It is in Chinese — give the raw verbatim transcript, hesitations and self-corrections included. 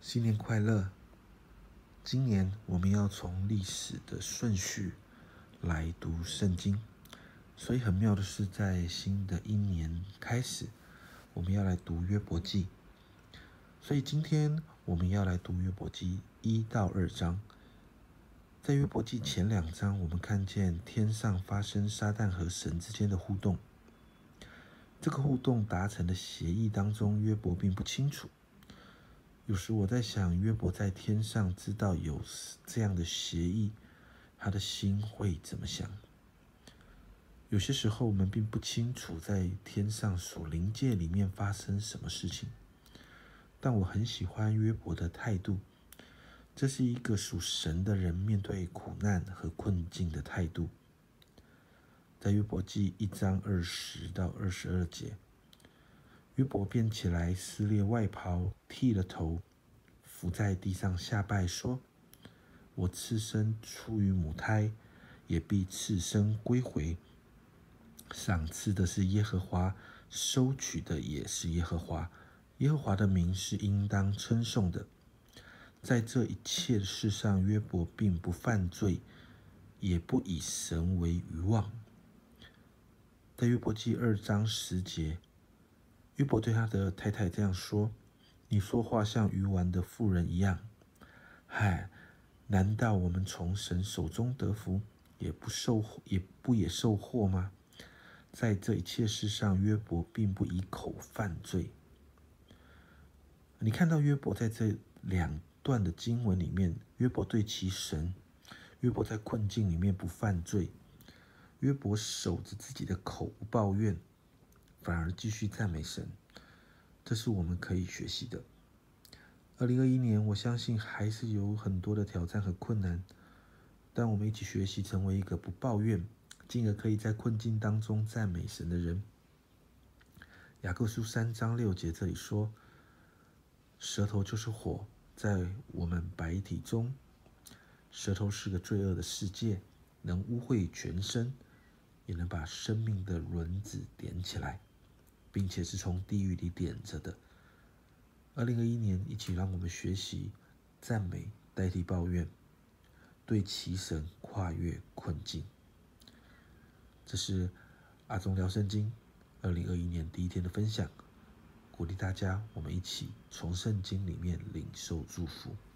新年快乐！今年我们要从历史的顺序来读圣经，所以很妙的是，在新的一年开始，我们要来读约伯记。所以今天我们要来读约伯记一到二章。在约伯记前两章，我们看见天上发生撒旦和神之间的互动。这个互动达成的协议当中，约伯并不清楚。有时我在想，约伯在天上知道有这样的协议，他的心会怎么想？有些时候我们并不清楚在天上属灵界里面发生什么事情，但我很喜欢约伯的态度，这是一个属神的人面对苦难和困境的态度。在约伯记一章二十到二十二节，约伯便起来撕裂外袍，剃了头，伏在地上下拜，说：我赤身出于母胎，也必赤身归回。赏赐的是耶和华，收取的也是耶和华。耶和华的名是应当称颂的。在这一切的事上，约伯并不犯罪，也不以神为愚妄。在约伯记二章十节，约伯对他的太太这样说：你说话像愚顽的妇人一样。嗨，难道我们从神手中得福，也不受也不也受祸吗？在这一切事上，约伯并不以口犯罪。你看到约伯在这两段的经文里面，约伯对其神，约伯在困境里面不犯罪，约伯守着自己的口不抱怨，反而继续赞美神，这是我们可以学习的。二零二一年，我相信还是有很多的挑战和困难，但我们一起学习成为一个不抱怨，进而可以在困境当中赞美神的人。雅各书三章六节这里说：舌头就是火，在我们百体中，舌头是个罪恶的世界，能污秽全身，也能把生命的轮子点起来，并且是从地狱里点着的。二零二一年，一起让我们学习赞美代替抱怨，对齐神跨越困境。这是阿忠聊圣经二零二一年第一天的分享，鼓励大家，我们一起从圣经里面领受祝福。